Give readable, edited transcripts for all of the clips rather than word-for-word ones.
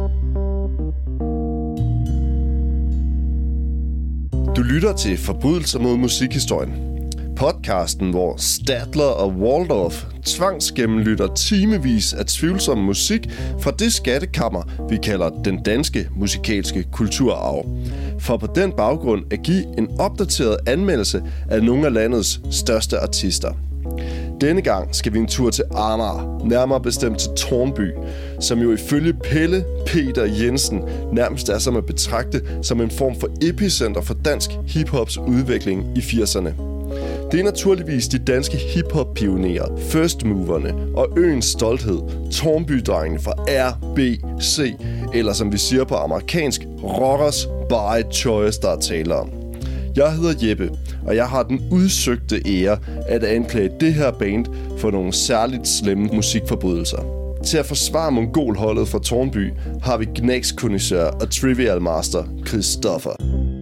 Du lytter til Forbrydelser mod musikhistorien. Podcasten, hvor Stadler og Waldorf tvangsgennemlytter timevis af tvivlsom musik fra det skattekammer, vi kalder den danske musikalske kulturarv. For på den baggrund at give en opdateret anmeldelse af nogle af landets største artister. Denne gang skal vi en tur til Amager, nærmere bestemt til Tårnby, som jo ifølge Pelle Peter Jensen nærmest er som at betragte som en form for epicenter for dansk hiphops udvikling i 80'erne. Det er naturligvis de danske hiphop-pionerer, first-moverne og øens stolthed, Tårnby-drengene fra RBC, eller som vi siger på amerikansk, Rockers by Choice, der er tale om. Jeg hedder Jeppe, og jeg har den udsøgte ære at anklage det her band for nogle særligt slemme musikforbrydelser. Til at forsvare mongolholdet fra Tårnby har vi Gnags-kondisør og Trivial Master Christoffer.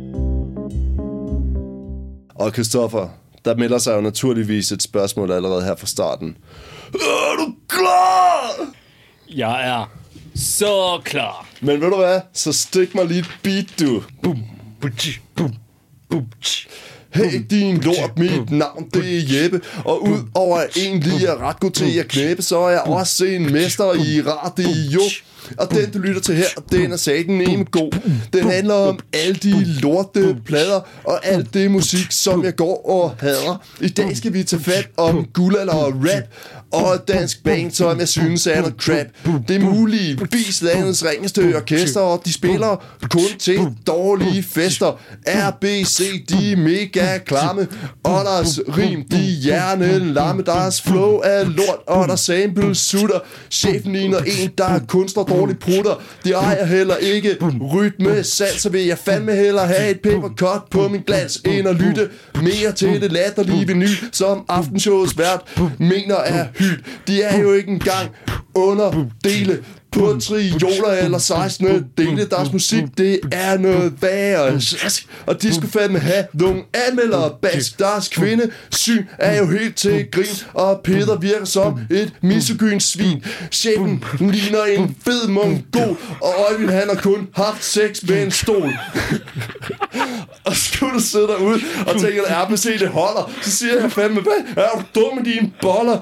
Og Christoffer, der melder sig jo naturligvis et spørgsmål allerede her fra starten. Er du klar? Jeg er så klar. Men ved du hvad? Så stik mig lige et beat, du. Bum, bum, bum, bum. Hey din lort, mit navn det er Jeppe. Og ud over at egentlig er ret god til at knæppe, så er jeg også en mester i radio. Og den du lytter til her, den er satan god. Den handler om alle de lorte plader og alt det musik, som jeg går og hader. I dag skal vi tage fat om guldalder og rap og et dansk band, som jeg synes er noget crap. Det er muligvis landets ringeste orkester, og de spiller kun til dårlige fester. RBC, de er mega klamme, og deres rim, de er hjernelamme. Deres flow er lort, og der sample sutter. Chefen ligner en, der er kunstner dårlig prutter. De ejer heller ikke rytme salt, så vil jeg fandme heller have et papercut på min glans, end at lytte mere til det latterlige vinyl, som aftenshowets vært mener er hyld. De er jo ikke engang underdele på trioler eller 16 dele. Deres musik, det er noget værre. Og de skulle fandme have nogle anmeldere bag. Deres kvindesyn er jo helt til grin, og Peter virker som et misogynt svin. Chefen ligner en fed mongol, og Øjvind han har kun haft sex med en stol. Og skulle du sidde derude og tænke, at RBC det holder, så siger jeg fandme, hvad er du dum med dine boller?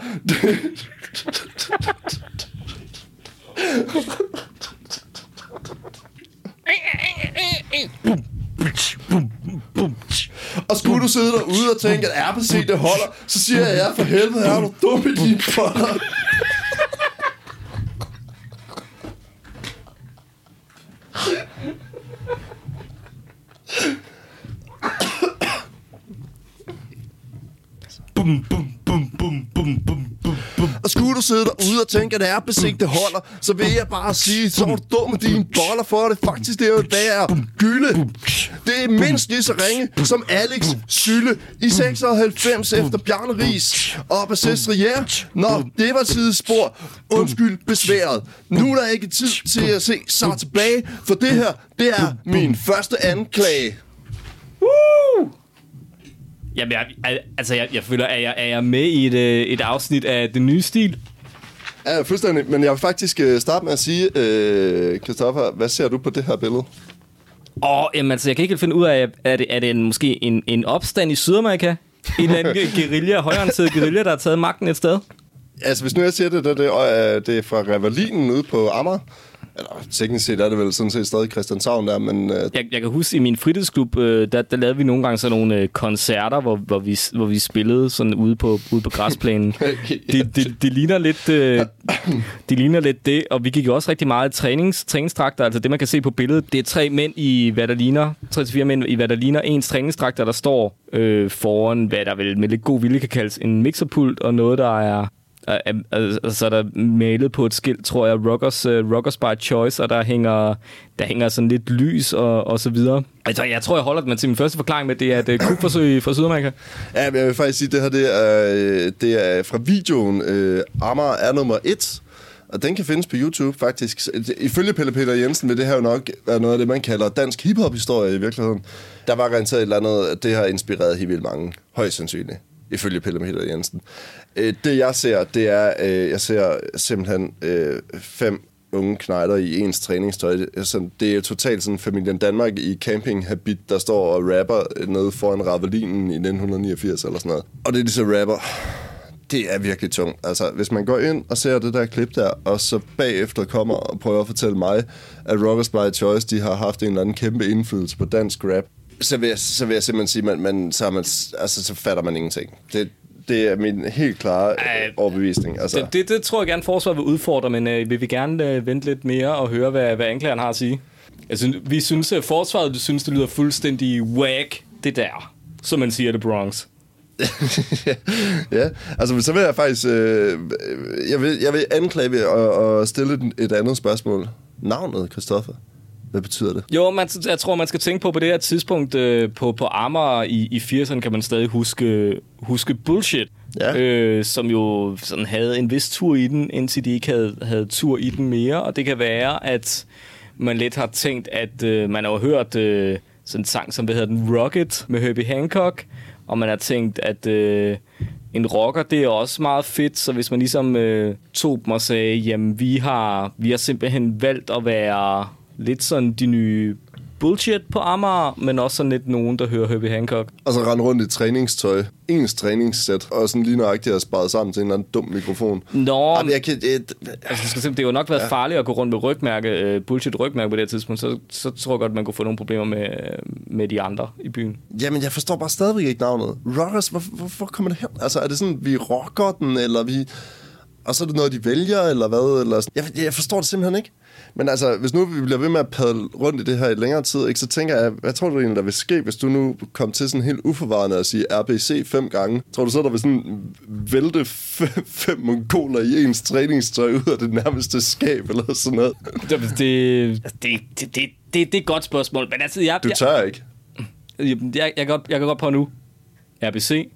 Og skulle du sidde derude og tænke, at RBC det holder, så siger jeg, ja for helvede, er du dum i dine boller? Bum, bum, bum, bum, bum, bum, bum, bum. Og skulle du sidde derude og tænke, at RBC det holder, så vil jeg bare sige, så er du dum med dine boller, for det faktisk det er jo værd gylde. Det er mindst lige så ringe som Alex Sylle i 96 efter Bjarne Riis og bassist Rier. Nå, det var sidespor. Undskyld besværet. Nu er der ikke tid til at se sig tilbage, for det her, det er min første anklage. Woo! Jamen, jeg føler, at jeg er med i et afsnit af Den Nye Stil. Ja, fuldstændig. Men jeg vil faktisk starte med at sige, Christoffer, hvad ser du på det her billede? Jamen, jeg kan ikke helt finde ud af, er det måske en opstand i Sydamerika? En eller anden guerilla, højreorienteret guerilla, der har taget magten et sted? Altså, hvis nu jeg siger det er fra Revalinen ude på Amager. Eller teknisk set er det vel sådan set stadig Christianshavn der, men... Jeg kan huske, i min fritidsklub, der lavede vi nogle gange sådan nogle koncerter, hvor vi spillede sådan ude på græsplænen. Det ligner lidt... Det ligner lidt det, og vi gik jo også rigtig meget træningsdragter. Altså det, man kan se på billedet, det er 3 mænd i, hvad der ligner... 3-4 mænd i, hvad der ligner ens træningsdragter, der står foran, hvad der vel med lidt god vilje kan kaldes en mixerpult, og noget, der er... Så er der malet på et skilt, tror jeg, Rockers by Choice, og der hænger sådan lidt lys og så videre. Altså, jeg tror, jeg holder mig til min første forklaring med, det er et kupforsøg fra Sydamerika. Ja, men jeg vil faktisk sige, at det her det er fra videoen Amager er nummer 1. Og den kan findes på YouTube, faktisk. Ifølge Pelle Peter Jensen vil det her jo nok være noget af det, man kalder dansk hiphop-historie i virkeligheden. Der var garanteret et eller andet, det har inspireret helt vildt mange, højst sandsynligt, ifølge Pelle Peter Jensen. Det jeg ser, det er, jeg ser simpelthen 5 unge knejder i ens træningstøj. Altså, det er totalt sådan familien Danmark i campinghabit, der står og rapper nede foran Ravelinen i 1989 eller sådan noget. Og det de så rapper, det er virkelig tungt. Altså, hvis man går ind og ser det der klip der, og så bagefter kommer og prøver at fortælle mig, at Rockers by Choice, de har haft en eller anden kæmpe indflydelse på dansk rap, så vil jeg simpelthen sige, så fatter man ingenting. Det er min helt klare overbevisning. Altså. Det tror jeg gerne, forsvaret vil udfordre, men vil vi gerne vente lidt mere og høre, hvad anklageren har at sige. Altså, vi synes, at forsvaret synes, det lyder fuldstændig whack, det der, som man siger det Bronx. Ja, altså så vil jeg faktisk... jeg vil anklage og stille et andet spørgsmål. Navnet, Christoffer. Hvad betyder det? Jo, jeg tror, man skal tænke på det her tidspunkt på Amager i 80'erne, kan man stadig huske Bullshit. Ja. Som jo sådan havde en vis tur i den, indtil de ikke havde tur i den mere. Og det kan være, at man lidt har tænkt, at man har hørt sådan en sang, som hedder den Rocket med Herbie Hancock. Og man har tænkt, at en rocker, det er også meget fedt. Så hvis man ligesom tog dem og sagde, jamen vi har simpelthen valgt at være lidt sådan de nye Bullshit på Amager, men også sådan lidt nogen, der hører Herbie Hancock. Og så rende rundt i træningstøj. Ens træningssæt. Og sådan lige nøjagtigt at sparet sammen til en eller anden dum mikrofon. Nå, altså, det har jo nok været farligt at gå rundt med rygmærke, Bullshit-rygmærke på det tidspunkt. Så tror jeg godt, man kunne få nogle problemer med de andre i byen. Jamen, jeg forstår bare stadigvæk ikke navnet. Rockers, hvor kommer det her? Altså, er det sådan, vi rocker den, eller vi... Og så er det noget, de vælger, eller hvad? Eller... Jeg forstår det simpelthen ikke. Men altså, hvis nu vi bliver ved med at padle rundt i det her i længere tid, ikke, så tænker jeg, hvad tror du egentlig, der vil ske, hvis du nu kom til sådan helt uforvarende at sige RBC 5 gange? Tror du så, der vil sådan vælte 5 mongoler i ens træningstøj ud af det nærmeste skab, eller sådan noget? Det er et godt spørgsmål, men altså... Du tør ikke? Jeg kan godt på nu. RBC.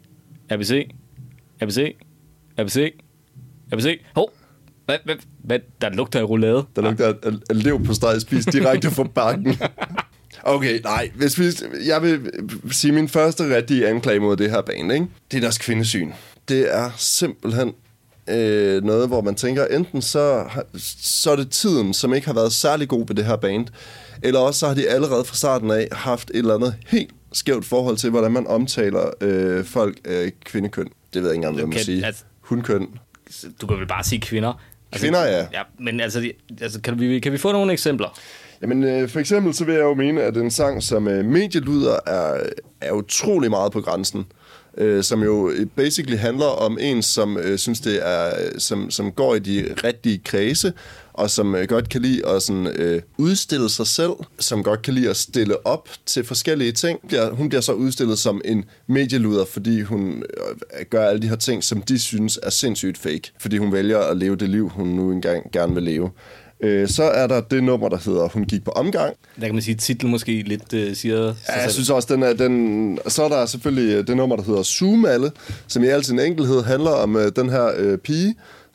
Hov! Hvad? Der lugter af roulade. Der lugter af lev på steg spist direkte fra bakken. Okay, nej. Jeg vil sige min første rigtige anklage mod det her band, ikke? Det er deres kvindesyn. Det er simpelthen noget, hvor man tænker, enten så er det tiden, som ikke har været særlig god ved det her band, eller også så har de allerede fra starten af haft et eller andet helt skævt forhold til, hvordan man omtaler folk kvindekøn. Det ved jeg ikke engang, hvad man må sige. Hunkøn. Du kan vel bare sige kvinder. Altså, kvinder, ja. Ja, men altså kan vi få nogle eksempler? Jamen, for eksempel så vil jeg jo mene, at en sang som Medieluder er utrolig meget på grænsen. Som jo basically handler om en, som synes det er, som går i de rigtige kredse, og som godt kan lide at sådan, udstille sig selv, som godt kan lide at stille op til forskellige ting. Hun bliver så udstillet som en medieluder, fordi hun gør alle de her ting, som de synes er sindssygt fake, fordi hun vælger at leve det liv, hun nu engang gerne vil leve. Så er der det nummer, der hedder Hun gik på omgang. Der kan man sige, at titlen måske lidt siger... Ja, jeg synes også, så er der selvfølgelig det nummer, der hedder Zoomalle, som i al sin enkelhed handler om den her pige,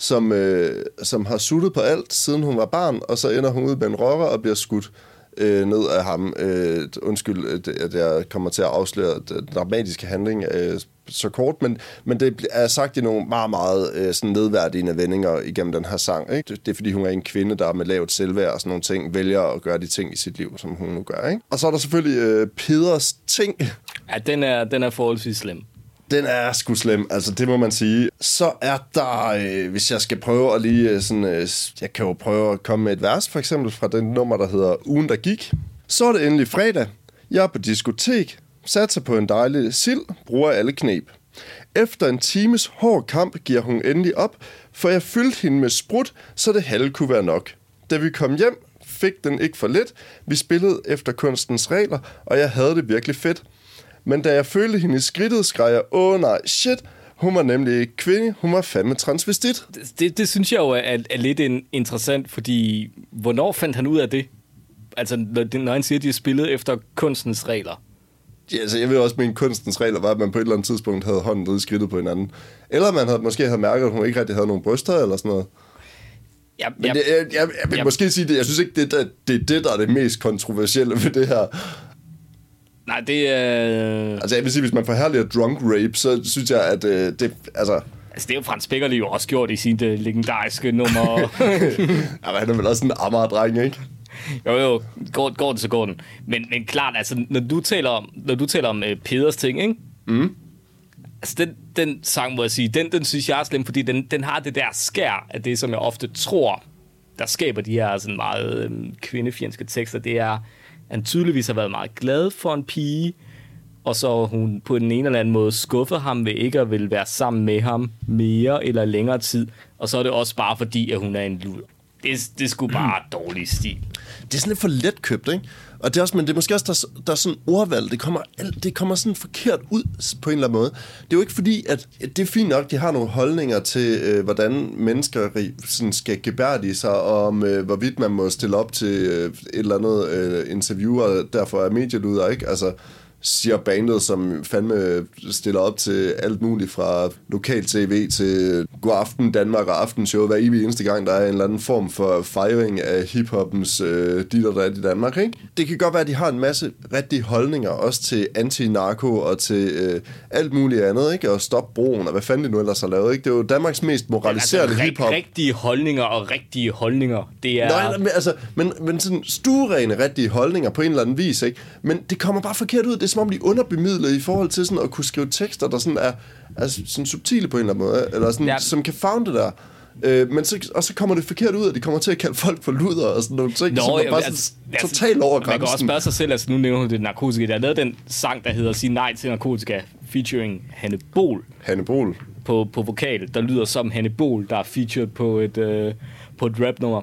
som har suttet på alt, siden hun var barn, og så ender hun ud med en rocker og bliver skudt ned af ham. Undskyld, at jeg kommer til at afsløre den dramatiske handling så kort, men det er sagt i nogle meget, meget sådan nedværdigende vendinger igennem den her sang. Ikke? Det er, fordi hun er en kvinde, der med lavt selvværd og sådan nogle ting, vælger at gøre de ting i sit liv, som hun nu gør. Ikke? Og så er der selvfølgelig Peders ting. Ja, den er forholdsvis slem. Den er sgu slem, altså det må man sige. Så er der, hvis jeg skal prøve at lige sådan, jeg kan jo prøve at komme med et vers, for eksempel fra den nummer, der hedder Ugen, der gik. Så er det endelig fredag. Jeg er på diskotek, satser på en dejlig sild, bruger alle knep. Efter en times hård kamp giver hun endelig op, for jeg fyldte hende med sprut, så det halve kunne være nok. Da vi kom hjem, fik den ikke for lidt. Vi spillede efter kunstens regler, og jeg havde det virkelig fedt. Men da jeg følte hende i skridtet, skreg jeg, nej, shit, hun var nemlig ikke kvinde, hun var fandme transvestit. Det synes jeg jo er lidt interessant, fordi hvornår fandt han ud af det? Altså, når han siger, at de spillede efter kunstens regler. Ja, altså, jeg ved også, at kunstens regler var, at man på et eller andet tidspunkt havde hånden nede i skridtet på hinanden. Eller man måske havde mærket, at hun ikke rigtig havde nogen bryster, eller sådan noget. Ja, men jeg vil måske sige det. Jeg synes ikke, det er det, der er det mest kontroversielle ved det her. Nej, det er... Altså, jeg vil sige, hvis man forherliger drunk rape, så synes jeg, at det... Altså... Altså, det er jo Frans Beckerli jo også gjort i sine legendariske nummer. Ja, han er vel også en Amager-dreng, ikke? Jo, går den, så går den. Men klart, altså, når du taler om Peders ting, ikke? Altså, den sang, må jeg sige, den synes jeg er slem, fordi den har det der skær af det, som jeg ofte tror, der skaber de her sådan meget kvindefjendske tekster. Det er, han tydeligvis har været meget glad for en pige, og så hun på den ene eller anden måde skuffet ham ved ikke at ville være sammen med ham mere eller længere tid. Og så er det også bare fordi, at hun er en luder. Det er sgu bare dårlig stil. Det er sådan lidt for letkøbt, ikke? Og det er også, men det er måske også, der er sådan ordvalg. Det kommer sådan forkert ud på en eller anden måde. Det er jo ikke fordi, at det er fint nok, de har nogle holdninger til, hvordan mennesker sådan skal gebærde sig, og om hvorvidt man må stille op til et eller andet interview, og derfor er medieluder, ikke? Altså, siger bandet, som fandme stiller op til alt muligt fra lokal tv til God Aften Danmark og Aftenshow hver evig eneste gang, der er en eller anden form for fejring af hiphoppens dit og dat i Danmark, ikke? Det kan godt være, at de har en masse rigtige holdninger, også til anti-narko og til alt muligt andet, ikke? Og stop broen, og hvad fanden de nu ellers har lavet, ikke? Det er jo Danmarks mest moraliserende hiphop. Rigtige holdninger og rigtige holdninger, det er... Nej, men sådan stuerene rigtige holdninger på en eller anden vis, ikke? Men det kommer bare forkert ud. Det er som om de underbemidler i forhold til sådan at kunne skrive tekster, der sådan er sådan subtile på en eller anden måde, eller sådan, ja, som kan favne det der. Men så kommer det forkert ud, og de kommer til at kalde folk for luder og sådan nogle ting, som er bare totalt over grænsen. Man kan også spørge sig selv, altså nu nævner hun det narkotika. Der er lavet den sang, der hedder Sig nej til narkotika, featuring Hanne Bol. Hanne Bol. På vokal, der lyder som Hanne Bol, der er featured på et rap-nummer.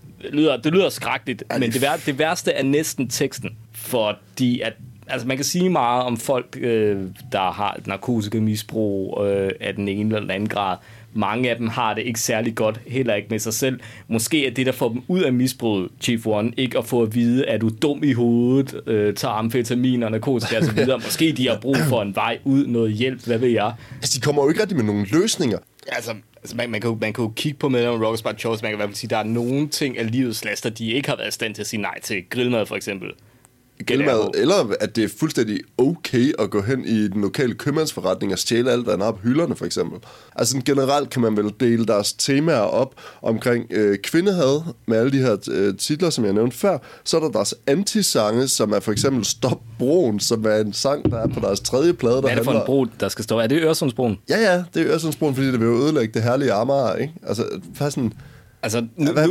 Det lyder skrækkeligt, men det værste er næsten teksten, fordi at altså man kan sige meget om folk, der har et narkotikamisbrug af den ene eller den anden grad. Mange af dem har det ikke særlig godt, heller ikke med sig selv. Måske er det, der får dem ud af misbruget, Chief One, ikke at få at vide, at du er dum i hovedet, tager amfetamin og narkotika og så videre. Måske de har brug for en vej ud, noget hjælp, hvad ved jeg. Altså, de kommer jo ikke rigtig med nogle løsninger. Altså man kan jo kigge på medlemmer af Rockers by Choice, man kan i hvert fald sige, at der er nogle ting af livets laster, de ikke har været i stand til at sige nej til. Grillmad for eksempel. Grillmad, eller at det er fuldstændig okay at gå hen i den lokale købmandsforretning og stjæle alt, hvad der er på hylderne, for eksempel. Altså generelt kan man vel dele deres temaer op omkring kvindehad med alle de her titler, som jeg nævnte før. Så er der deres antisange, som er for eksempel Stop Broen, som er en sang, der er på deres tredje plade, der handler... Hvad er det for en bro, der skal stå? Er det Øresundsbroen? Ja, det er Øresundsbroen, fordi det vil jo ødelægge det herlige Amager, ikke? Altså, sådan... Altså,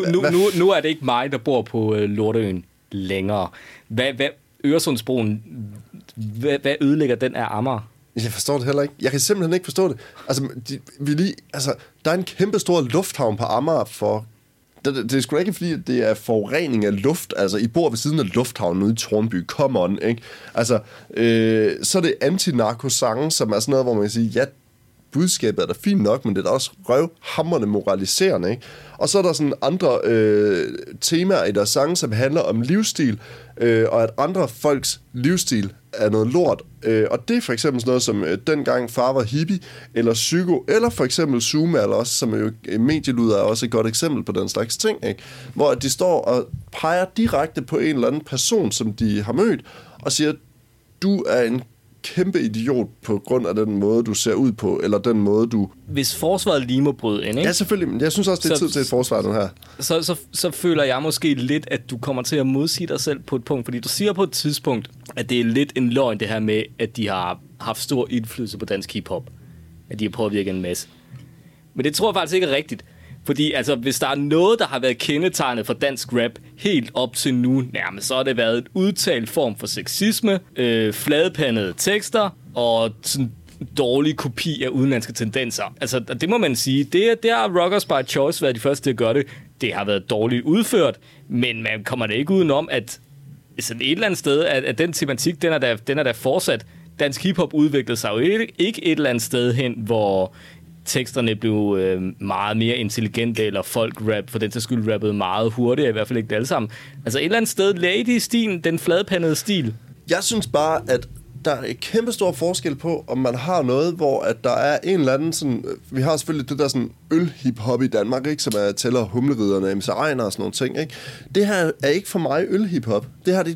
nu er det ikke mig, der bor på Lorteøen længere. Hvad Øresundsbroen, hvad ødelægger den af Amager? Jeg forstår det heller ikke. Jeg kan simpelthen ikke forstå det. Altså, der er en kæmpe stor lufthavn på Amager for... Det er sgu ikke, fordi det er forurening af luft. Altså, I bor ved siden af lufthavnen ude i Tornby. Come on, ikke? Altså, så er det anti-narkosange, som er sådan noget, hvor man kan sige, ja, budskabet er da fint nok, men det er da også røvhamrende moraliserende, ikke? Og så er der sådan andre temaer i deres sange, som handler om livsstil, og at andre folks livsstil er noget lort. Og det er for eksempel sådan noget som dengang far var hippie, eller psyko, eller for eksempel Zuma, eller også, som jo medieluder er også et godt eksempel på den slags ting, ikke? Hvor de står og peger direkte på en eller anden person, som de har mødt, og siger, du er en kæmpe idiot på grund af den måde, du ser ud på, eller den måde, du... Hvis forsvaret lige må bryde ind, ikke? Ja, selvfølgelig, men jeg synes også, det er tid til et forsvar, den her. Så føler jeg måske lidt, at du kommer til at modsige dig selv på et punkt, fordi du siger på et tidspunkt, at det er lidt en løgn, det her med, at de har haft stor indflydelse på dansk hiphop. At de har påvirket en masse. Men det tror jeg faktisk ikke er rigtigt. Fordi altså, hvis der er noget, der har været kendetegnet for dansk rap helt op til nu, nærmest, så har det været et udtalt form for sexisme, fladpandede tekster og sådan dårlig kopi af udenlandske tendenser. Altså, det må man sige. Det har Rockers by Choice været de første til at gøre det. Det har været dårligt udført, men man kommer da ikke udenom, at sådan et eller andet sted, at den tematik, den er da fortsat. Dansk hiphop udviklede sig jo ikke et eller andet sted hen, hvor teksterne blev meget mere intelligente, eller folk-rap, for den til skyld rappede meget hurtigere, i hvert fald ikke det alle sammen. Altså et eller andet sted lagde de stilen, den fladpandede stil. Jeg synes bare, at der er et kæmpe stor forskel på, om man har noget, hvor at der er en eller anden sådan... Vi har selvfølgelig det der sådan øl-hip-hop i Danmark, ikke? Som tæller humleriderne, MC Ejner og sådan nogle ting, ikke? Det her er ikke for mig øl-hip-hop. Det her det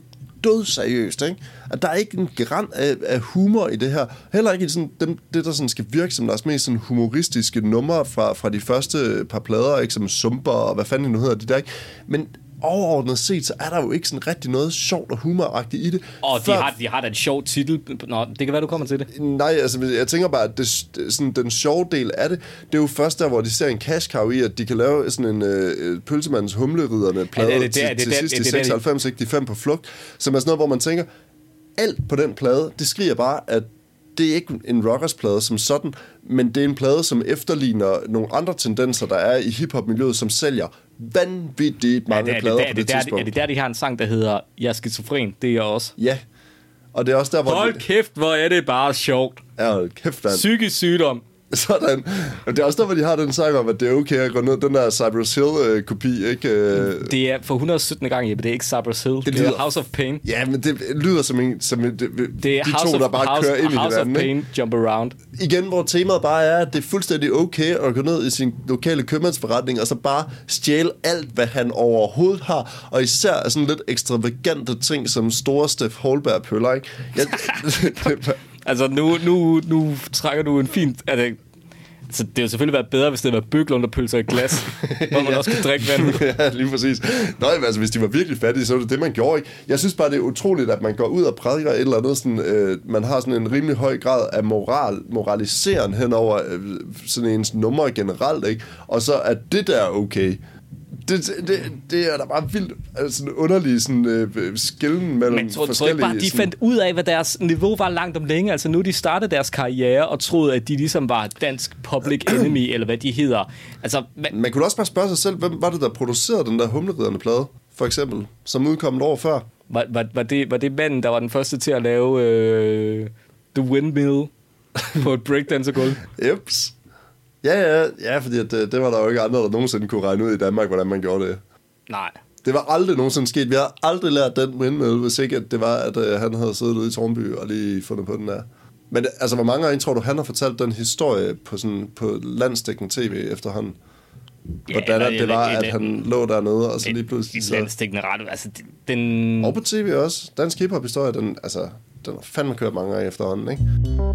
dødseriøst, ikke? At der er ikke en gran af humor i det her. Heller ikke i sådan, det, der sådan skal virke som deres mest sådan humoristiske numre fra de første par plader, ikke? Som Sumper og hvad fanden nu hedder de der, ikke? Men overordnet set, så er der jo ikke sådan rigtig noget sjovt og humoragtigt i det. Og de har da en sjov titel. Nå, det kan være, du kommer til det. Nej, altså, jeg tænker bare, at sådan, den sjove del af det, det er jo først der, hvor de ser en cash cow i, at de kan lave sådan en pølsemandens humleriderne plade til sidst i 96, ikke? De 5 på flugt, som er sådan noget, hvor man tænker, alt på den plade, det skriger bare, at det er ikke en rockersplade som sådan, men det er en plade, som efterligner nogle andre tendenser, der er i hiphop-miljøet, som sælger vanvittigt mange plader på det tidspunkt. Er det der, de har en sang, der hedder Jeg er skizofren? Det er jeg også. Ja, og det er også der, hvor... Hold kæft, hvor er det bare sjovt. Ja, kæft, man. Psykisk sygdom. Sådan. Og det er også der, hvor de har den sang om, at det er okay at gå ned, den der Cypress Hill-kopi, ikke? Det er for 117. gang, Jeppe. Det er ikke Cypress Hill. Det er House of Pain. Ja, men det lyder som en... Det er de to, der bare kører ind i hinanden. House of Pain, Jump Around. Igen, hvor temaet bare er, at det er fuldstændig okay at gå ned i sin lokale købmandsforretning, og så bare stjæle alt, hvad han overhovedet har. Og især er sådan lidt ekstravagante ting, som store Steff Holberg-pøller, ikke? Altså, nu trækker du en fint... Altså, det har selvfølgelig været bedre, hvis det var bøglunderpølser i glas, hvor man også kan drikke vand. Ja, lige præcis. Nå, altså, hvis de var virkelig fattige, så var det det, man gjorde, ikke? Jeg synes bare, det er utroligt, at man går ud og prædiker et eller andet, sådan, man har sådan en rimelig høj grad af moraliseren hen over sådan ens nummer generelt, ikke? Og så er det der okay. Det er da bare vildt altså, underlig sådan, skillen mellem men tror forskellige... Men tror ikke bare, de fandt ud af, hvad deres niveau var langt om længe? Altså nu de startede deres karriere og troede, at de ligesom var dansk public enemy, eller hvad de hedder. Altså, man kunne også bare spørge sig selv, hvem var det, der producerede den der humleriderne plade, for eksempel, som udkom et år før? Var det manden, der var den første til at lave The Windmill på et breakdancergulv? Jeps. Ja, fordi det var der jo ikke andre, der nogensinde kunne regne ud i Danmark, hvordan man gjorde det. Nej. Det var aldrig nogensinde sket. Vi har aldrig lært den windmill, hvis ikke at det var, at han havde siddet ude i Tornby og lige fundet på den der. Men altså, hvor mange gange tror du, han har fortalt den historie på landsdækkende tv efterhånden? Hvordan det var, at han lå dernede, og så lige pludselig... I landsdækkende radio, altså den... Og på tv også. Dansk hiphop-historie, den har fandme kørt mange gange efterhånden, ikke?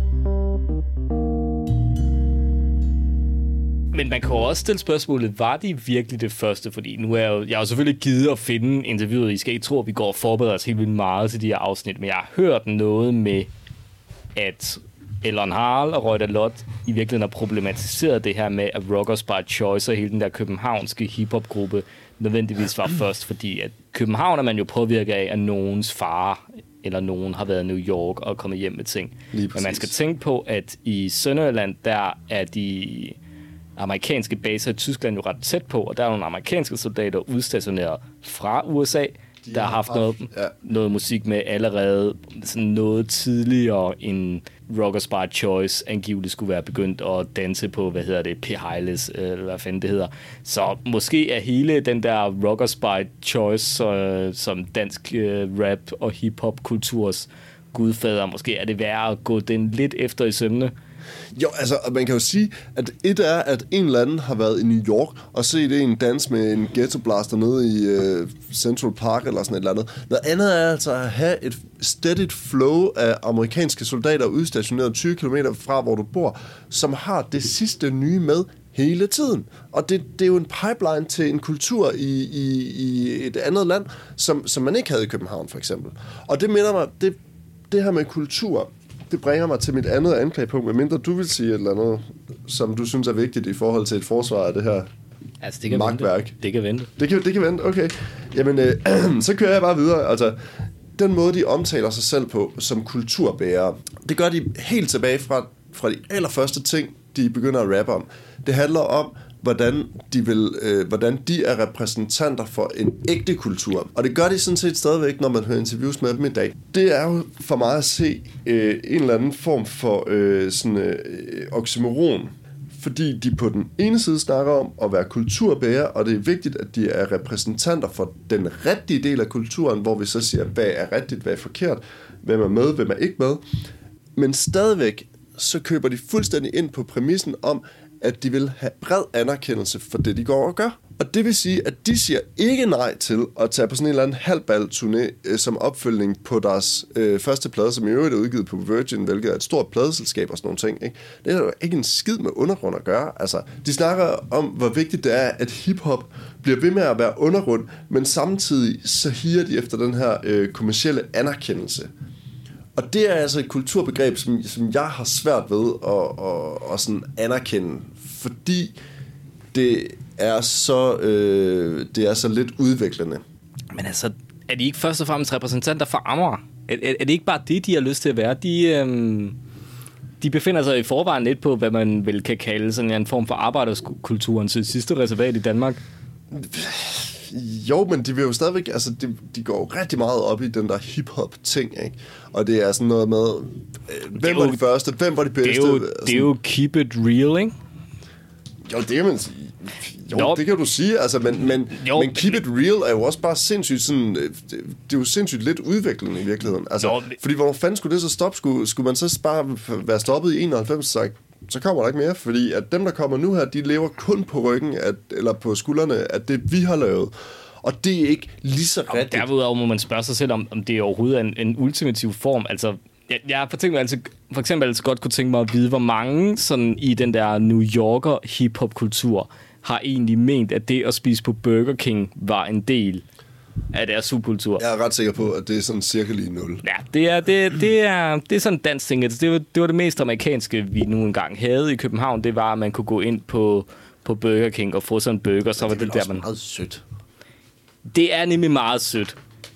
Men man kan også stille spørgsmålet, var de virkelig det første? Fordi nu er jeg har jo selvfølgelig givet at finde interviewet. I skal ikke tro, at vi går og forbereder os helt vildt meget til de her afsnit. Men jeg har hørt noget med, at Elon Harl og Roy Dalot i virkeligheden har problematiseret det her med, at Rockers by Choice og hele den der københavnske hiphopgruppe nødvendigvis var først. Fordi at København er man jo påvirket af, at nogens far eller nogen har været i New York og kommet hjem med ting. Men man skal tænke på, at i Sønderjylland, der er de... amerikanske baser i Tyskland jo ret tæt på, og der er nogle amerikanske soldater udstationeret fra USA, der har haft noget musik med allerede sådan noget tidligere end Rockers by Choice angiveligt skulle være begyndt at danse på, P. Heiles, eller hvad fanden det hedder. Så måske er hele den der Rockers by Choice som dansk rap og hip-hop kulturs gudfader, måske er det værd at gå den lidt efter i sømne. Jo, altså, man kan jo sige, at et er, at en eller anden har været i New York og set en dans med en ghetto blaster nede i Central Park eller sådan et eller andet. Noget andet er altså at have et stedigt flow af amerikanske soldater udstationeret 20 km fra, hvor du bor, som har det sidste nye med hele tiden. Og det er jo en pipeline til en kultur i et andet land, som man ikke havde i København, for eksempel. Og det minder mig, det her med kultur... Det bringer mig til mit andet anklagepunkt, medmindre du vil sige et eller andet, som du synes er vigtigt i forhold til et forsvar af det her magtværk. Vente. Det kan vente. Det kan vente, okay. Jamen, så kører jeg bare videre. Altså, den måde, de omtaler sig selv på som kulturbærere, det gør de helt tilbage fra de allerførste ting, de begynder at rappe om. Det handler om, hvordan de er repræsentanter for en ægte kultur. Og det gør de sådan set stadigvæk, når man hører interviews med dem i dag. Det er jo for mig at se en eller anden form for oxymoron. Fordi de på den ene side snakker om at være kulturbærer, og det er vigtigt, at de er repræsentanter for den rigtige del af kulturen, hvor vi så siger, hvad er rigtigt, hvad er forkert, hvem er med, hvem er ikke med. Men stadigvæk, så køber de fuldstændig ind på præmissen om, at de vil have bred anerkendelse for det, de går og gør. Og det vil sige, at de siger ikke nej til at tage på sådan en eller anden halvbal-turné som opfølgning på deres første plade, som i øvrigt er udgivet på Virgin, hvilket er et stort pladeselskab og sådan nogle ting. Ikke? Det er jo ikke en skid med undergrund at gøre. Altså, de snakker om, hvor vigtigt det er, at hiphop bliver ved med at være undergrund, men samtidig så higer de efter den her kommercielle anerkendelse. Og det er altså et kulturbegreb, som jeg har svært ved at sådan anerkende, fordi det er så lidt udviklende. Men altså, er de ikke først og fremmest repræsentanter for Amager? Er det ikke bare det, de har lyst til at være? De befinder sig i forvejen lidt på, hvad man vel kan kalde sådan en form for arbejderkulturens sidste reservat i Danmark. Jo, men de vil jo stadigvæk, altså de går jo rigtig meget op i den der hip-hop-ting, ikke? Og det er sådan noget med, hvem var de første, hvem var de bedste? Det er jo keep it real, ikke? Jo, det kan man sige. Jo, det kan du sige, altså, men keep it real er jo også bare sindssygt sådan, det er jo sindssygt lidt udviklende i virkeligheden. Altså, fordi hvor fanden skulle det så stoppe? Skulle man så bare være stoppet i 91, så kommer der ikke mere, fordi at dem, der kommer nu her, de lever kun på ryggen, eller på skuldrene, af det, vi har lavet. Og det er ikke lige så rigtigt. Derudover må man spørge sig selv, om det overhovedet er en ultimativ form. Altså, jeg har for eksempel godt kunne tænke mig at vide, hvor mange sådan i den der New Yorker hip-hop-kultur har egentlig ment, at det at spise på Burger King var en del af deres subkultur. Jeg er ret sikker på, at det er sådan cirka lige 0. Ja, det er sådan en dansk ting. Det var det mest amerikanske, vi nu engang havde i København. Det var, at man kunne gå ind på Burger King og få sådan en burger. Så var det der, man... meget sødt. Det er nemlig meget sødt.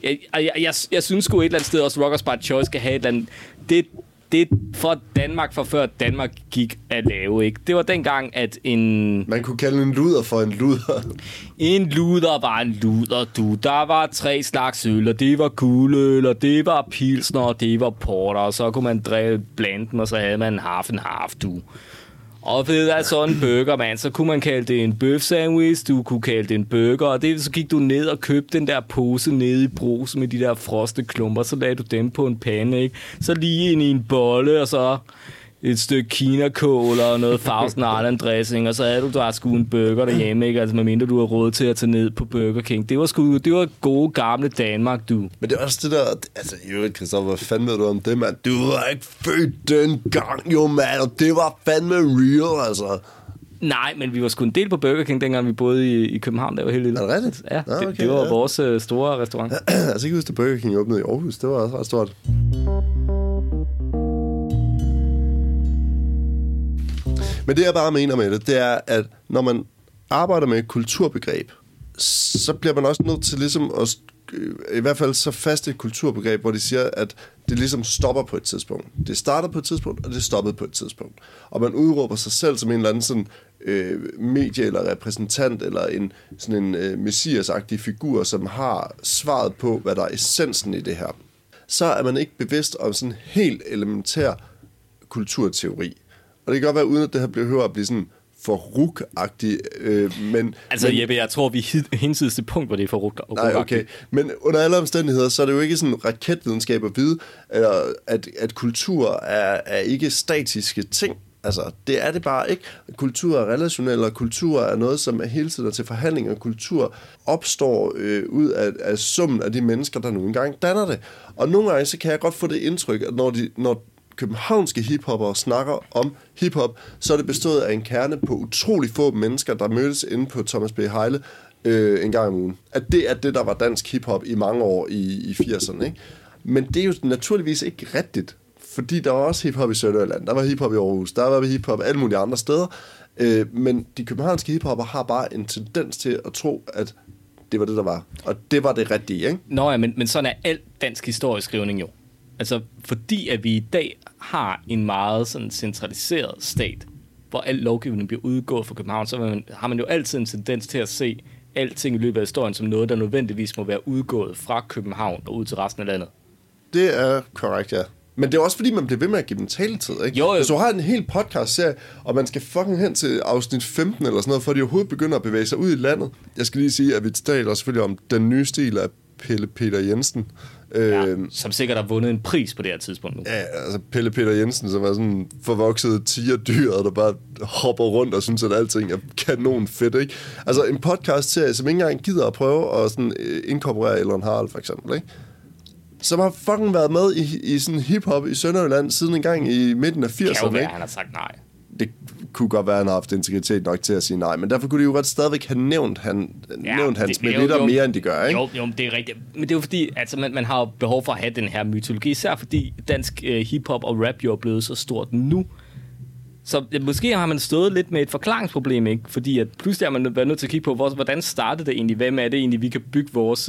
Jeg synes sgu et eller andet sted også, Rockers by Choice skal have et eller andet... Det for Danmark, for før Danmark gik at lave, ikke? Det var dengang, at man kunne kalde en luder for en luder. En luder var en luder, du. Der var 3 slags øl, og det var guløl, og det var pilsner, og det var porter, og så kunne man blande dem, og så havde man en half, du. Og ved at sådan en burger, man, så kunne man kalde det en bøf sandwich, du kunne kalde det en burger, og så gik du ned og købte den der pose nede i Brugsen med de der froste klumper, så lagde du dem på en pande, ikke? Så lige ind i en bolle, og så et stykke kinakål og noget Thousand Island dressing, og så havde du der sgu en burger derhjemme, ikke? Altså medmindre du har råd til at tage ned på Burger King. Det var gode gamle Danmark, du. Men det er også det der, altså jo, Christoffer, hvad fanden ved du om det, mand? Du var ikke født dengang, jo, mand, og det var fandme real, altså. Nej, men vi var sgu en del på Burger King, dengang vi boede i København, der var helt lille. Er det rigtigt? Ja, okay, det var vores store restaurant. Altså ikke huske, at Burger King åbnede i Aarhus, det var også ret stort. Men det jeg bare mener med det er, at når man arbejder med et kulturbegreb, så bliver man også nødt til ligesom at, i hvert fald så fast et kulturbegreb, hvor de siger, at det ligesom stopper på et tidspunkt. Det starter på et tidspunkt, og det stoppede på et tidspunkt. Og man udråber sig selv som en eller anden sådan medie eller repræsentant, eller sådan en messiasagtig figur, som har svaret på, hvad der er essensen i det her. Så er man ikke bevidst om sådan en helt elementær kulturteori. Og det kan godt være, uden at det her behøver at blive sådan for ruk-agtigt, men... Altså Jeppe, jeg tror, vi er hinsides det punkt, hvor det er for ruk-agtigt. Nej, okay. Men under alle omstændigheder, så er det jo ikke sådan raketvidenskab at vide, at kultur er ikke statiske ting. Altså, det er det bare ikke. Kultur er relationel, og kultur er noget, som er hele tiden til forhandling, og kultur opstår ud af summen af de mennesker, der nu engang danner det. Og nogle gange, så kan jeg godt få det indtryk, at når københavnske hiphopper snakker om hiphop, så er det bestået af en kerne på utrolig få mennesker, der mødtes inde på Thomas B. Heile en gang om ugen. At det er det, der var dansk hiphop i mange år i 80'erne. Ikke? Men det er jo naturligvis ikke rigtigt, fordi der var også hiphop i Sønderjylland, der var hiphop i Aarhus, der var hiphop alle mulige andre steder. Men de københavnske hiphopper har bare en tendens til at tro, at det var det, der var. Og det var det rigtige, ikke? Nå ja, men sådan er alt dansk historieskrivning jo. Altså, fordi at vi i dag har en meget sådan centraliseret stat, hvor al lovgivning bliver udgået fra København, så har man jo altid en tendens til at se alting i løbet af historien som noget, der nødvendigvis må være udgået fra København og ud til resten af landet. Det er korrekt, ja. Men det er også fordi, man bliver ved med at give dem taletid, ikke? Jo. Hvis du har en hel podcast-serie, og man skal fucking hen til afsnit 15 eller sådan noget, for de overhovedet begynder at bevæge sig ud i landet. Jeg skal lige sige, at vi taler selvfølgelig om den nye stil af Pelle Peter Jensen. Som sikkert har vundet en pris på det her tidspunkt nu. Ja, altså Pelle Peter Jensen, som er sådan forvokset tigerdyr, der bare hopper rundt og synes, at alting er kanon fedt, ikke? Altså en podcast-serie, som ikke engang gider at prøve at sådan inkorporere Elrond Harald, for eksempel, ikke? Som har fucking været med i sådan hiphop i Sønderjylland siden en gang i midten af 80'erne. Det kan jo være, han har sagt nej. Det kunne godt være, at han har haft integritet nok til at sige nej, men derfor kunne de jo ret stadigvæk have nævnt hans meritter mere, end de gør, ikke? Jo, det er rigtigt. Men det er jo fordi, altså, man har behov for at have den her mytologi, især fordi dansk hiphop og rap jo er blevet så stort nu. Så måske har man stået lidt med et forklaringsproblem, ikke? Fordi at pludselig er man været nødt til at kigge på, hvordan startede det egentlig? Hvem er det egentlig, vi kan bygge vores...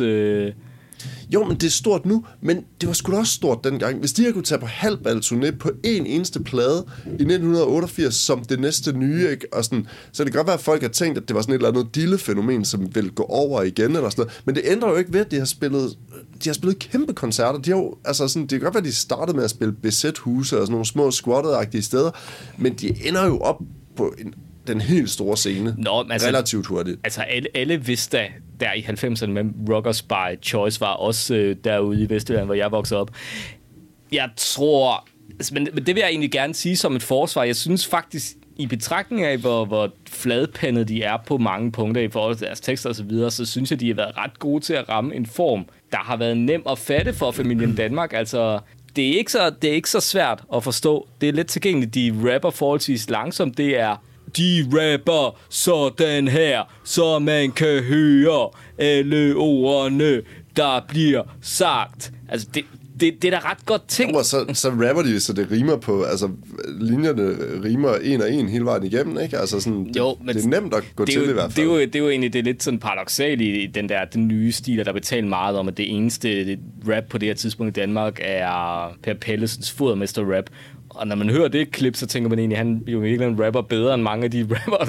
Jo, men det er stort nu, men det var sgu da også stort dengang. Hvis de havde kunne tage på halvbal-turné på en eneste plade i 1988 som det næste nye, ikke? Og sådan, så det kan godt være, at folk har tænkt, at det var sådan et eller andet dille-fænomen, som ville gå over igen, eller sådan noget. Men det ændrer jo ikke ved, at de har spillet kæmpe koncerter. De har jo, altså sådan, det kan godt være, at de startede med at spille BZ-huse og sådan nogle små squattet-agtige steder, men de ender jo op på den helt store scene. Altså, relativt hurtigt. Altså alle vidste der i 90'erne med Rockers by Choice var også derude i Vestjylland, hvor jeg voksede op. Jeg tror... Men det vil jeg egentlig gerne sige som et forsvar. Jeg synes faktisk, i betragtning af, hvor fladpandet de er på mange punkter i forhold til deres tekster og så videre, så synes jeg, de har været ret gode til at ramme en form, der har været nem at fatte for familien Danmark. Altså... Det er ikke så svært at forstå. Det er lidt tilgængeligt. De rapper forholdsvis langsomt. Det er... De rapper sådan her, så man kan høre alle ordene, der bliver sagt. Altså, det er da ret godt tænkt. Jo, så rapper de, så det rimer på, altså linjerne rimer en og en hele vejen igennem, ikke? Altså sådan, jo, det er nemt at gå til i hvert fald. Det er jo egentlig det lidt sådan paradoksalt i den nye stil, der betaler meget om, at det eneste rap på det her tidspunkt i Danmark er Per Pallesens fodermester-rap. Og når man hører det klip, så tænker man egentlig, at han jo virkelig en rapper bedre end mange af de rapper,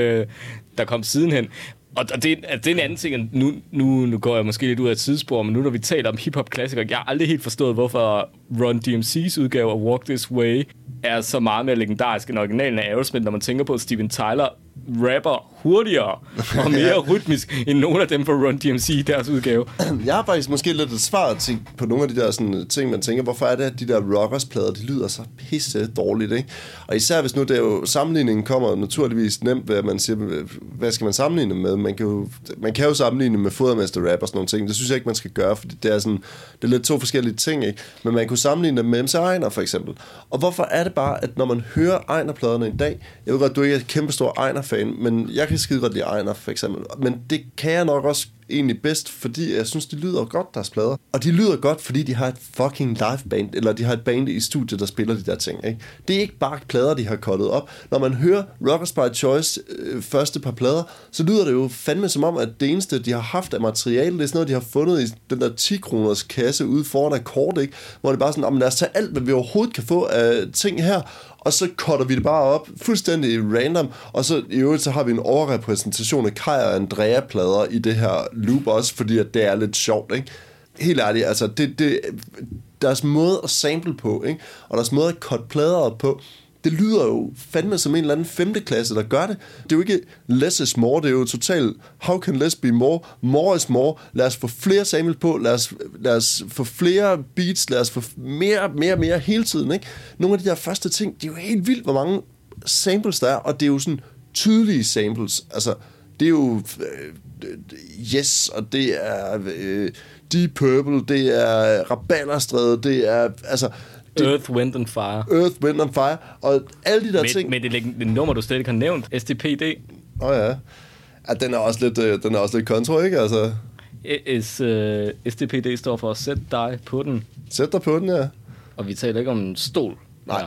der kom sidenhen. Og det er en anden ting. Nu går jeg måske lidt ud af et tidsspor, men nu når vi taler om hiphop-klassikere, jeg har aldrig helt forstået, hvorfor Run DMC's udgave af Walk This Way er så meget mere legendarisk end originalen af Aerosmith, når man tænker på, at Steven Tyler rapper hurtigere og mere rytmisk end nogle af dem fra Run DMC i deres udgave. Jeg har faktisk måske lidt et svar på nogle af de der sådan, ting, man tænker, hvorfor er det, at de der rockers-plader, de lyder så pisse dårligt, ikke? Og især hvis nu det er jo, sammenligningen kommer naturligvis nemt ved, at man siger, hvad skal man sammenligne med? Man kan jo sammenligne med fodermester-rap og sådan nogle ting. Det synes jeg ikke, man skal gøre, fordi det er sådan, det er lidt to forskellige ting, ikke? Men man kunne sammenligne dem med MC Einar, for eksempel. Og hvorfor er det bare, at når man hører Einar-pladerne i dag, jeg ved godt, du ikke er kæmpestor Einar-fan, men jeg kan skide godt lide Einar, for eksempel. Men det kan jeg nok også egentlig bedst, fordi jeg synes, de lyder godt, deres plader. Og de lyder godt, fordi de har et fucking liveband, eller de har et band i studiet, der spiller de der ting, ikke? Det er ikke bare plader, de har cuttet op. Når man hører Rockers by Choice første par plader, så lyder det jo fandme som om, at det eneste, de har haft af materiale, det er sådan noget, de har fundet i den der 10-kroners kasse ude foran akkord, ikke? Hvor det bare sådan, lad os tage alt, hvad vi overhovedet kan få af ting her, og så cutter vi det bare op, fuldstændig random, og så i øvrigt, så har vi en overrepræsentation af Kaj og Andrea-plader i det her loop også, fordi at det er lidt sjovt, ikke? Helt ærligt, altså, deres måde at sample på, ikke? Og deres måde at cut plader op på, det lyder jo fandme som en eller anden 5. klasse, der gør det. Det er jo ikke less is more, det er jo totalt how can less be more? More is more. Lad os få flere samples på, lad os få flere beats, lad os få mere hele tiden, ikke? Nogle af de der første ting, det er jo helt vildt, hvor mange samples der er, og det er jo sådan tydelige samples. Altså, det er jo Yes, og det er Deep Purple, det er Rabalderstræde, det er altså Earth, Wind and Fire, og alle de der ting. Men det nummer, du slet ikke har nævnt, STPD. Ja. Den er også lidt kontro, ikke? Altså. STPD står for Sæt dig på den. Sæt dig på den, ja. Og vi taler ikke om en stol. Nej.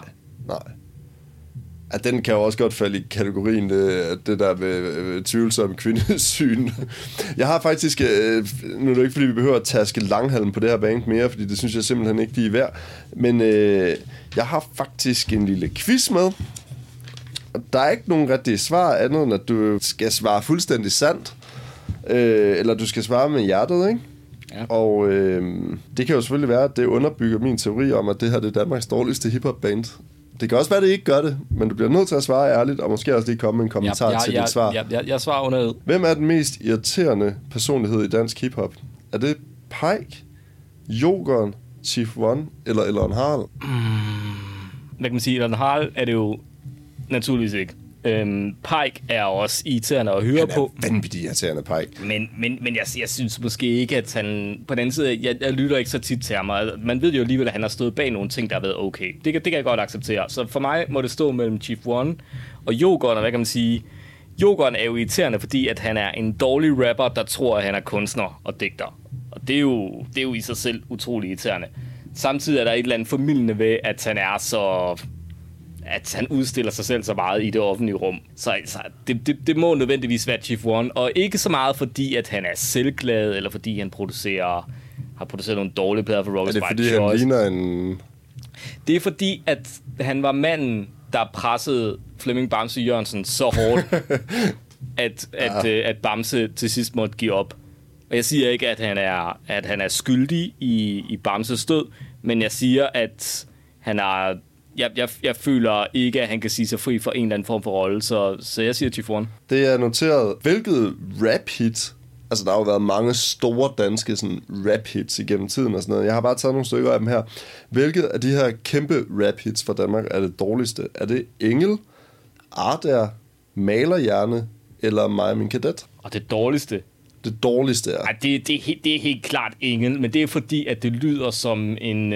Den kan jo også godt falde i kategorien det der med tvivlsom kvindesyn. Jeg har faktisk, nu er det ikke fordi vi behøver at taske langhalm på det her band mere, fordi det synes jeg simpelthen ikke, de er værd, men jeg har faktisk en lille quiz med. Der er ikke nogen rigtige svar andet, end at du skal svare fuldstændig sandt, eller du skal svare med hjertet, ikke? Ja. Og det kan jo selvfølgelig være, at det underbygger min teori om, at det her er Danmarks dårligste hiphop-band. Det kan også være, at det ikke gør det, men du bliver nødt til at svare ærligt, og måske også lige komme med en kommentar til dit svar. Jeg svarer under ed. Hvem er den mest irriterende personlighed i dansk hiphop? Er det Pike, Jokeren, Chief One eller Elon Harl? Hvad kan man sige? Elon Harl er det jo naturligvis ikke. Pike er også irriterende at høre på. Han er vanvittigt irriterende, Pike. Men jeg synes måske ikke, at han... På den anden side, jeg lytter ikke så tit til ham. Man ved jo alligevel, at han har stået bag nogle ting, der har været okay. Det kan jeg godt acceptere. Så for mig må det stå mellem Chief One og Jokeren, og hvad kan man sige... Jokeren er jo irriterende, fordi at han er en dårlig rapper, der tror, at han er kunstner og digter. Og det er jo i sig selv utrolig irriterende. Samtidig er der et eller andet formildende ved, at han er så... at han udstiller sig selv så meget i det offentlige rum. Så det må nødvendigvis være Chief One, og ikke så meget fordi, at han er selvglad, eller fordi han har produceret nogle dårlige plader for Rockers by Choice. Er det fordi, han ligner en... Det er fordi, at han var manden, der pressede Flemming Bamse Jørgensen så hårdt, at Bamse til sidst måtte give op. Og jeg siger ikke, at han er skyldig i Bamses død, men jeg siger, at han er... Jeg føler ikke, at han kan sige sig fri for en eller anden form for rolle, så jeg siger Chief One. Det er noteret. Hvilket rap-hit? Altså, der har jo været mange store danske sådan, rap-hits igennem tiden og sådan noget. Jeg har bare taget nogle stykker af dem her. Hvilket af de her kæmpe rap-hits fra Danmark er det dårligste? Er det Engel, Ardær, Malerhjerne eller Mig og min kadet? Og det dårligste? Det dårligste er... Ej, det er helt klart Engel, men det er fordi, at det lyder som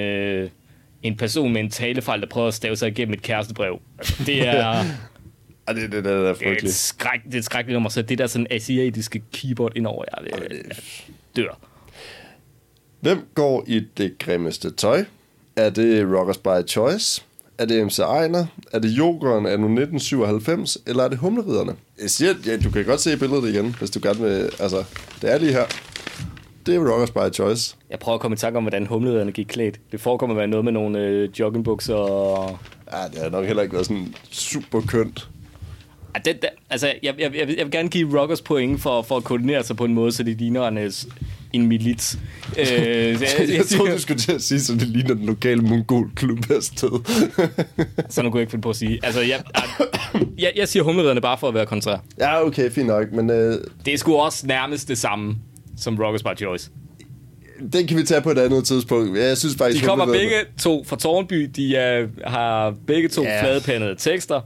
en person med en talefejl, der prøver at stave sig igennem et kærestebrev. Altså, det er... det er frygteligt. Det er et skrækkeligt nummer, så det der sådan asiatiske keyboard indover, jeg dør. Hvem går i det grimmeste tøj? Er det Rockers by Choice? Er det MC Ejner? Er det Jokeren anno 1997? Eller er det Humleriderne? Jeg siger, ja, du kan godt se billedet igen, hvis du gerne vil... Altså, det er lige her. Det er Rockers by Choice. Jeg prøver at komme i tanke om, hvordan Humleriderne gik klædt. Det forekommer at være noget med nogle joggingbukser og... Ja, det har nok heller ikke været sådan super kønt. Altså, jeg vil gerne give Rockers point for at koordinere sig på en måde, så det ligner en milits. Jeg troede, du skulle til at sige, så det ligner den lokale mongolklub af sted. Så nu kunne jeg ikke finde på at sige. Altså, jeg siger Humleriderne bare for at være kontrær. Ja, okay, fint nok, men... Det er sgu også nærmest det samme som Rockers by Choice. Den kan vi tage på et andet tidspunkt. Jeg synes faktisk... De kommer begge to fra Tårnby. De har begge to fladepandede tekster.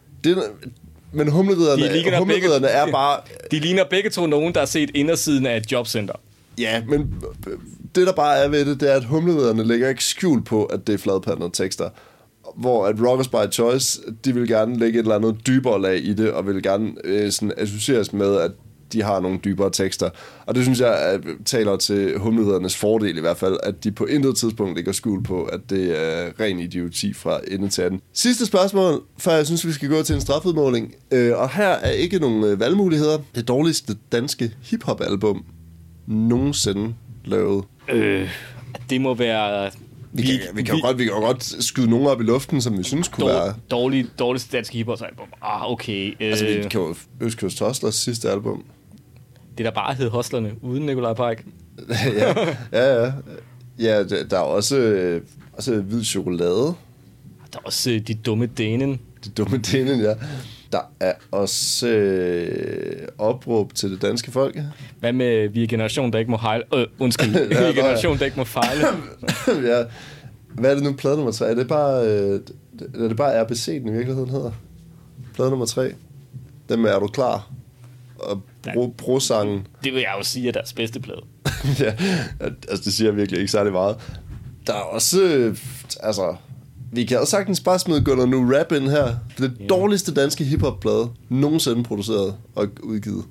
Men Humleriderne er bare... De ligner begge to nogen, der har set indersiden af et jobcenter. Ja, men det der bare er ved det er, at Humleriderne lægger ikke skjul på, at det er fladpandede tekster. Hvor at Rockers by Choice, de vil gerne lægge et eller andet dybere lag i det, og vil gerne sådan associeres med, at de har nogle dybere tekster. Og det synes jeg taler til Humledernes fordel i hvert fald, at de på intet tidspunkt lægger skjul på, at det er ren idioti fra ende til anden. Sidste spørgsmål, før jeg synes, vi skal gå til en strafudmåling. Og her er ikke nogen valgmuligheder. Det dårligste danske hiphop-album nogensinde lavet. Det må være... Vi kan jo godt skyde nogen op i luften, som vi synes kunne være... Dårligste danske hiphop-album. Okay. Altså, vi kan jo Østkyst Hustlers sidste album. Det der bare hed Hustlerne, uden Nikolaj Pike. ja. Ja, der er også hvid chokolade. Der er også De Dumme Dænen. De Dumme Dænen, ja. Der er også opråb til det danske folk. Hvad med Vi er generation, der ikke må hejle? Undskyld, Vi er generation, der ikke må fejle. Ja. Hvad er det nu, plade nummer 3? Er det bare RBC, den i virkeligheden hedder? Plade nummer 3. Dem er du klar? Og brosangen. Det vil jeg jo sige er deres bedste plade. Ja, altså det siger virkelig ikke særlig meget. Der er også, vi kan også sagtens bare smide Gunnar Nu Rap ind her. Det dårligste danske hiphop-plade nogensinde produceret og udgivet.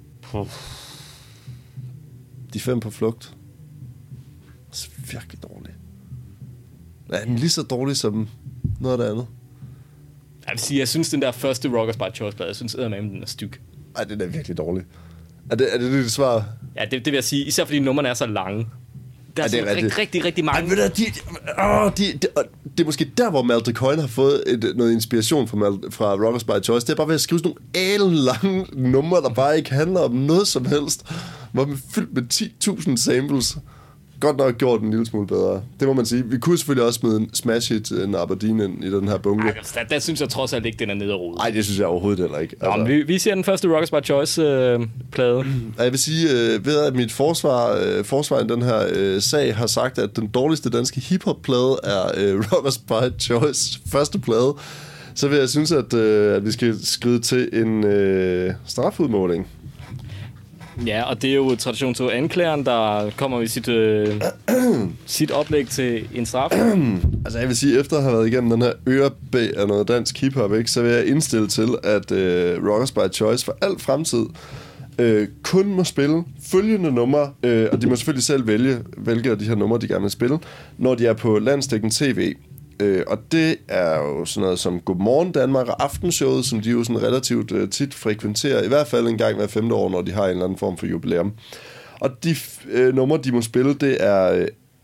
De 5 på flugt. Det er virkelig dårligt. Er den lige så dårlig som noget af det andet? Jeg vil sige, jeg synes den der første Rockers by Choice-plade, jeg synes eddermame, den er styg. Ej, den er virkelig dårlig. Er det svar? Ja, det vil jeg sige. Især fordi nummerne er så lange. Der er rigtig mange. Det er måske der, hvor Malte Coyne har fået noget inspiration fra Rockers by Choice. Det er bare ved at skrive sådan nogle lange numre, der bare ikke handler om noget som helst. Hvor man er fyldt med 10.000 samples. godt nok gjort en lille smule bedre. Det må man sige. Vi kunne selvfølgelig også smide en smash hit Aberdeen i den her bunke. Ej, der synes jeg trods alt ikke, den er nede og rode. Nej, det synes jeg overhovedet heller ikke. Altså. Nå, vi ser den første Rockers by Choice-plade. Jeg vil sige, ved at mit forsvar i den her sag har sagt, at den dårligste danske hiphop-plade er Rockers by Choice første plade, så vil jeg synes, at vi skal skride til en strafudmåling. Ja, og det er jo tradition til anklageren, der kommer med sit oplæg til en straf. Altså jeg vil sige, efter at have været igennem den her ørebæ af noget dansk hiphop, ikke, så vil jeg indstille til, at Rockers by Choice for al fremtid kun må spille følgende numre, og de må selvfølgelig selv vælge de her numre, de gerne vil spille, når de er på landsdækkende tv. Og det er jo sådan noget som Godmorgen Danmark og Aftenshowet, som de jo sådan relativt tit frekventerer, i hvert fald en gang hver 5. år, når de har en eller anden form for jubilæum. Og de numre, de må spille, det er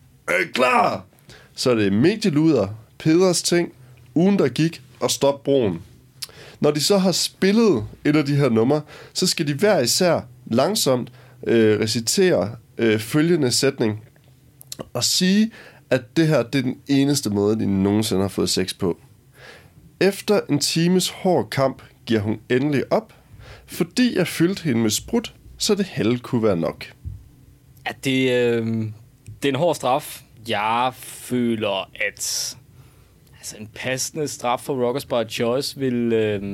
klar! Så er det Medieluder, Peders Ting, Ugen der gik og Stop Broen. Når de så har spillet et af de her numre, så skal de hver især langsomt recitere følgende sætning og sige, at det her det er den eneste måde, de nogensinde har fået sex på. Efter en times hård kamp giver hun endelig op, fordi jeg fyldte hende med sprut, så det halve kunne være nok. Ja, det er en hård straf. Jeg føler, at en passende straf for Rockers by Choice vil...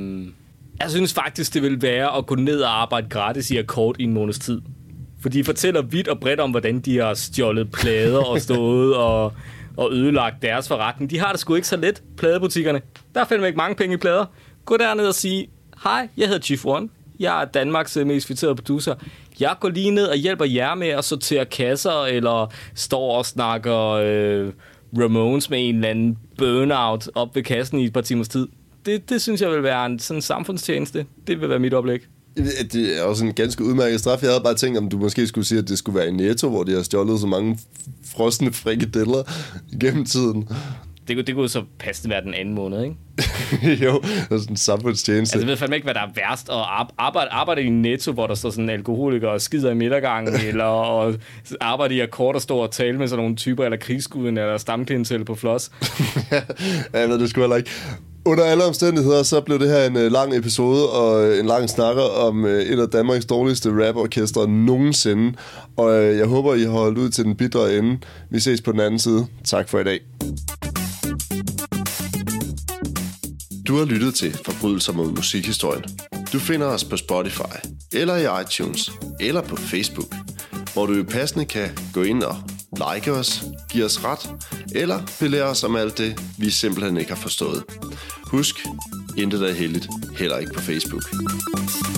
Jeg synes faktisk, det vil være at gå ned og arbejde gratis i akkord i en måneds tid. For de fortæller vidt og bredt om, hvordan de har stjålet plader og stået og ødelagt deres forretning. De har det sgu ikke så let, pladebutikkerne. Der er fandme ikke mange penge i plader. Gå derned og sige, hej, jeg hedder Chief One. Jeg er Danmarks mest feterede producer. Jeg går lige ned og hjælper jer med at sortere kasser, eller står og snakker Ramones med en eller anden burnout op ved kassen i et par timers tid. Det synes jeg vil være en sådan samfundstjeneste. Det vil være mit oplæg. Det er også en ganske udmærket straf. Jeg havde bare tænkt, om du måske skulle sige, at det skulle være i Netto, hvor de har stjålet så mange frosne frikadeller gennem tiden. Det kunne så passe være den anden måned, ikke? Jo, det er sådan en samfundstjeneste. Altså, jeg ved fandme ikke, hvad der er værst. At arbejde i Netto, hvor der står sådan en alkoholiker og skider i midtergangen, eller at arbejde i akkord og stå og tale med sådan nogle typer, eller krigsskuden, eller stamklientel på floss. Ja, jeg ved det sgu heller ikke. Under alle omstændigheder, så blev det her en lang episode og en lang snakker om et af Danmarks dårligste raporkestre nogensinde. Og jeg håber, I har holdt ud til den bitre ende. Vi ses på den anden side. Tak for i dag. Du har lyttet til Forbrydelser mod musikhistorien. Du finder os på Spotify, eller i iTunes, eller på Facebook, hvor du passende kan gå ind og like os, give os ret, eller belære os om alt det, vi simpelthen ikke har forstået. Husk, intet er heldigt, heller ikke på Facebook.